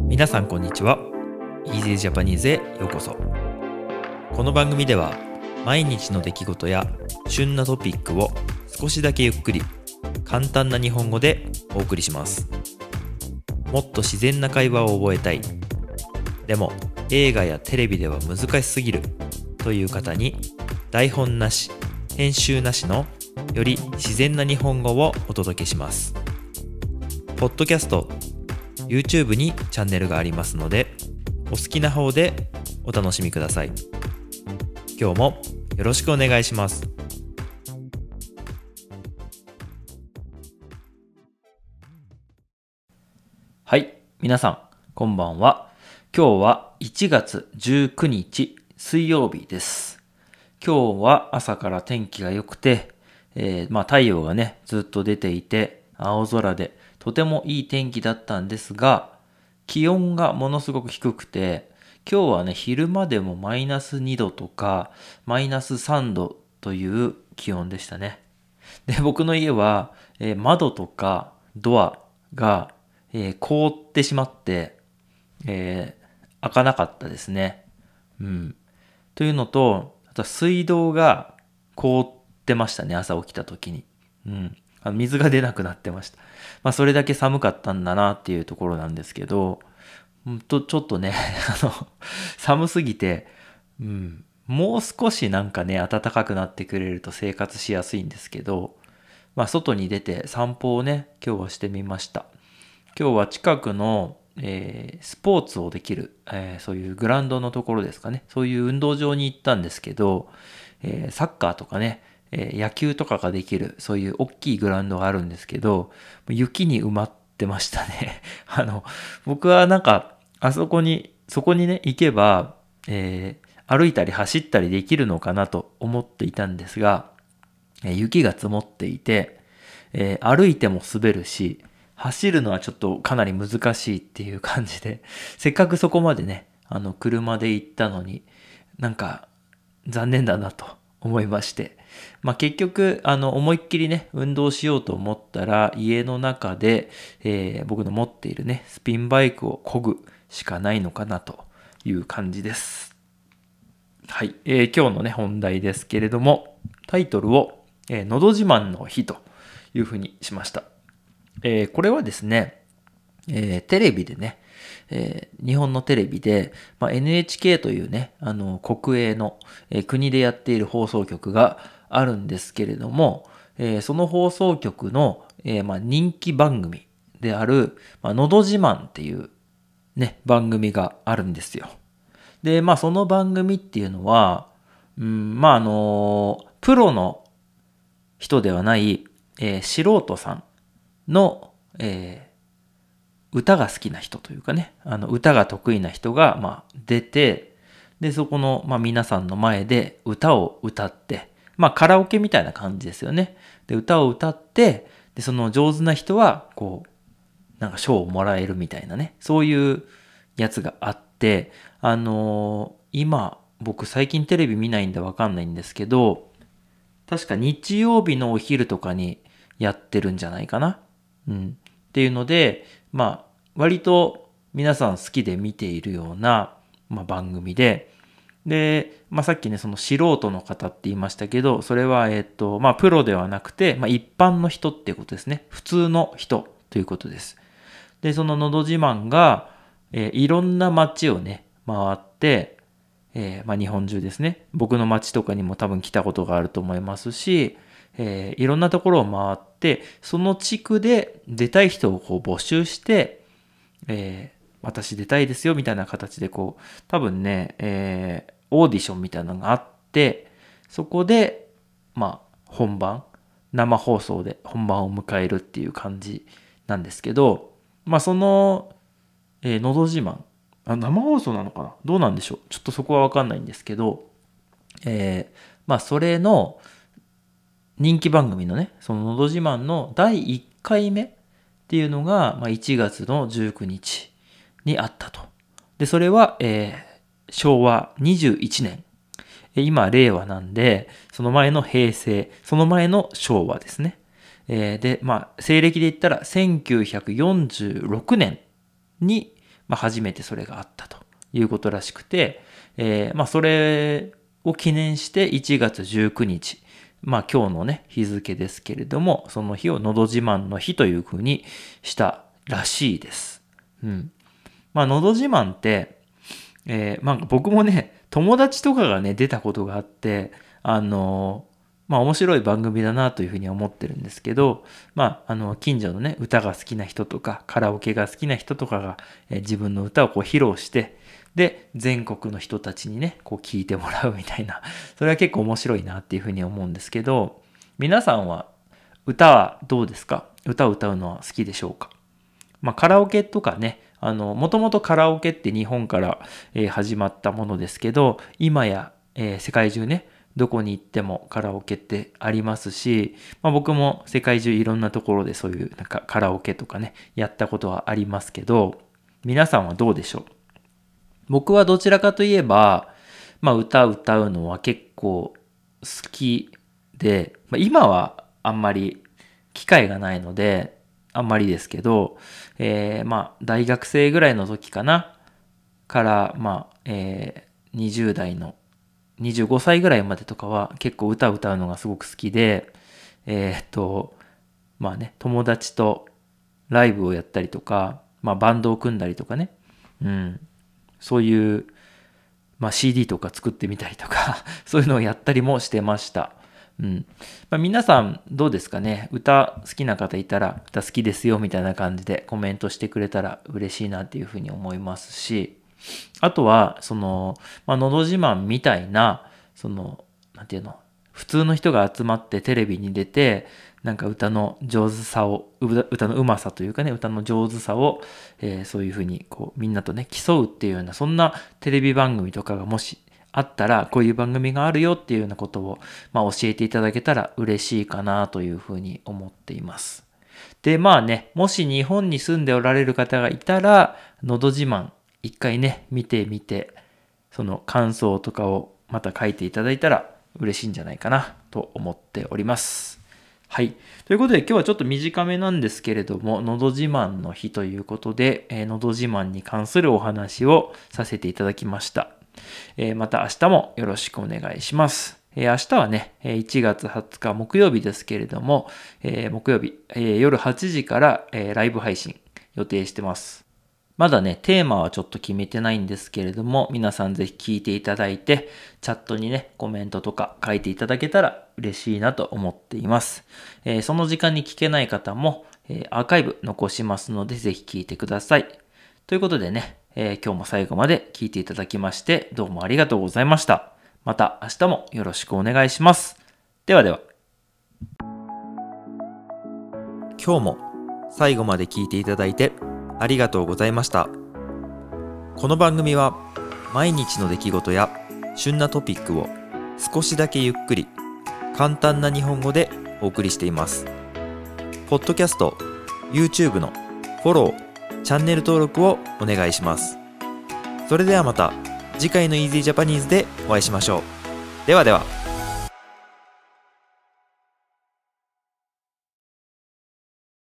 皆さんこんにちは。 Easy Japanese へようこそ。この番組では毎日の出来事や旬なトピックを少しだけゆっくり簡単な日本語でお送りします。もっと自然な会話を覚えたい、でも映画やテレビでは難しすぎるという方に、台本なし編集なしのより自然な日本語をお届けします。ポッドキャスト、YouTube にチャンネルがありますので、お好きな方でお楽しみください。今日もよろしくお願いします。はい、皆さんこんばんは。今日は1月19日水曜日です。今日は朝から天気が良くて、太陽がねずっと出ていて、青空でとてもいい天気だったんですが、気温がものすごく低くて、今日はね昼間でもマイナス2度とかマイナス3度という気温でしたね。で、僕の家は、窓とかドアが、凍ってしまって、開かなかったですね。というのと、あと水道が凍ってましたね、朝起きた時に。水が出なくなってました。それだけ寒かったんだなっていうところなんですけど、ちょっとね、寒すぎて、もう少しなんかね、暖かくなってくれると生活しやすいんですけど、外に出て散歩をね、今日はしてみました。今日は近くの、スポーツをできる、そういうグラウンドのところですかね、そういう運動場に行ったんですけど、サッカーとかね、野球とかができる、そういう大きいグラウンドがあるんですけど、雪に埋まってましたね。僕はなんか、そこにね、行けば、歩いたり走ったりできるのかなと思っていたんですが、雪が積もっていて、歩いても滑るし、走るのはちょっとかなり難しいっていう感じで、せっかくそこまでね、車で行ったのに、なんか残念だなと思いまして、結局思いっきりね運動しようと思ったら、家の中で、僕の持っているねスピンバイクを漕ぐしかないのかなという感じです。はい、今日のね本題ですけれども、タイトルを、のど自慢の日というふうにしました。これはですね、テレビでね、日本のテレビで、NHK というね、国営の、国でやっている放送局があるんですけれども、その放送局の、人気番組である、のど自慢っていうね、番組があるんですよ。で、その番組っていうのは、プロの人ではない、素人さんの、歌が好きな人というかね、歌が得意な人が、出て、で、そこの、皆さんの前で歌を歌って、カラオケみたいな感じですよね。で、歌を歌って、で、その上手な人は、なんか賞をもらえるみたいなね、そういうやつがあって、今、僕最近テレビ見ないんでわかんないんですけど、確か日曜日のお昼とかにやってるんじゃないかな。っていうので、割と皆さん好きで見ているような、番組で、さっきね、その素人の方って言いましたけど、それは、プロではなくて、一般の人っていうことですね。普通の人ということです。で、そののど自慢が、いろんな街をね、回って、日本中ですね。僕の街とかにも多分来たことがあると思いますし、いろんなところを回って、その地区で出たい人を募集して、私出たいですよみたいな形で多分ね、オーディションみたいなのがあって、そこで本番、生放送で本番を迎えるっていう感じなんですけど、その、のど自慢、生放送なのかな、どうなんでしょう、ちょっとそこは分かんないんですけど、それの人気番組のね、そののど自慢の第1回目っていうのが、1月の19日にあったと。で、それは、昭和21年。今、令和なんで、その前の平成、その前の昭和ですね。で、西暦で言ったら1946年に、 初めてそれがあったということらしくて、それを記念して1月19日、今日のね、日付ですけれども、その日をのど自慢の日というふうにしたらしいです。のど自慢って、僕もね、友達とかがね、出たことがあって、面白い番組だなというふうに思ってるんですけど、近所のね、歌が好きな人とか、カラオケが好きな人とかが、自分の歌をこう披露して、で、全国の人たちにね、こう聞いてもらうみたいな、それは結構面白いなっていうふうに思うんですけど、皆さんは歌はどうですか？歌を歌うのは好きでしょうか？カラオケとかね、もともとカラオケって日本から、始まったものですけど、今や、世界中ね、どこに行ってもカラオケってありますし、僕も世界中いろんなところでそういうなんかカラオケとかね、やったことはありますけど、皆さんはどうでしょう？僕はどちらかといえば、歌を歌うのは結構好きで、今はあんまり機会がないので、あんまりですけど、大学生ぐらいの時かな、から、20代の25歳ぐらいまでとかは結構歌を歌うのがすごく好きで、友達とライブをやったりとか、バンドを組んだりとかね、そういう、CD とか作ってみたりとか、そういうのをやったりもしてました。皆さんどうですかね？歌好きな方いたら、歌好きですよみたいな感じでコメントしてくれたら嬉しいなっていうふうに思いますし、あとは、のど自慢みたいな、なんていうの、普通の人が集まってテレビに出て、なんか歌の上手さを、歌のうまさというかね、歌の上手さを、そういうふうにこうみんなとね、競うっていうような、そんなテレビ番組とかがもしあったら、こういう番組があるよっていうようなことを、教えていただけたら嬉しいかなというふうに思っています。で、もし日本に住んでおられる方がいたら、のど自慢、一回ね、見てみて、その感想とかをまた書いていただいたら嬉しいんじゃないかなと思っております。はい。ということで今日はちょっと短めなんですけれども、のど自慢の日ということで、のど自慢に関するお話をさせていただきました。また明日もよろしくお願いします。明日はね、1月20日木曜日ですけれども、木曜日、夜8時から、ライブ配信予定してます。まだね、テーマはちょっと決めてないんですけれども、皆さんぜひ聞いていただいて、チャットにね、コメントとか書いていただけたら嬉しいなと思っています。その時間に聞けない方も、アーカイブ残しますので、ぜひ聞いてください。ということでね、今日も最後まで聞いていただきまして、どうもありがとうございました。また明日もよろしくお願いします。ではでは。今日も最後まで聞いていただいてありがとうございました。この番組は毎日の出来事や旬なトピックを少しだけゆっくり簡単な日本語でお送りしています。ポッドキャスト、YouTube のフォロー、チャンネル登録をお願いします。それではまた次回の Easy Japanese でお会いしましょう。ではでは。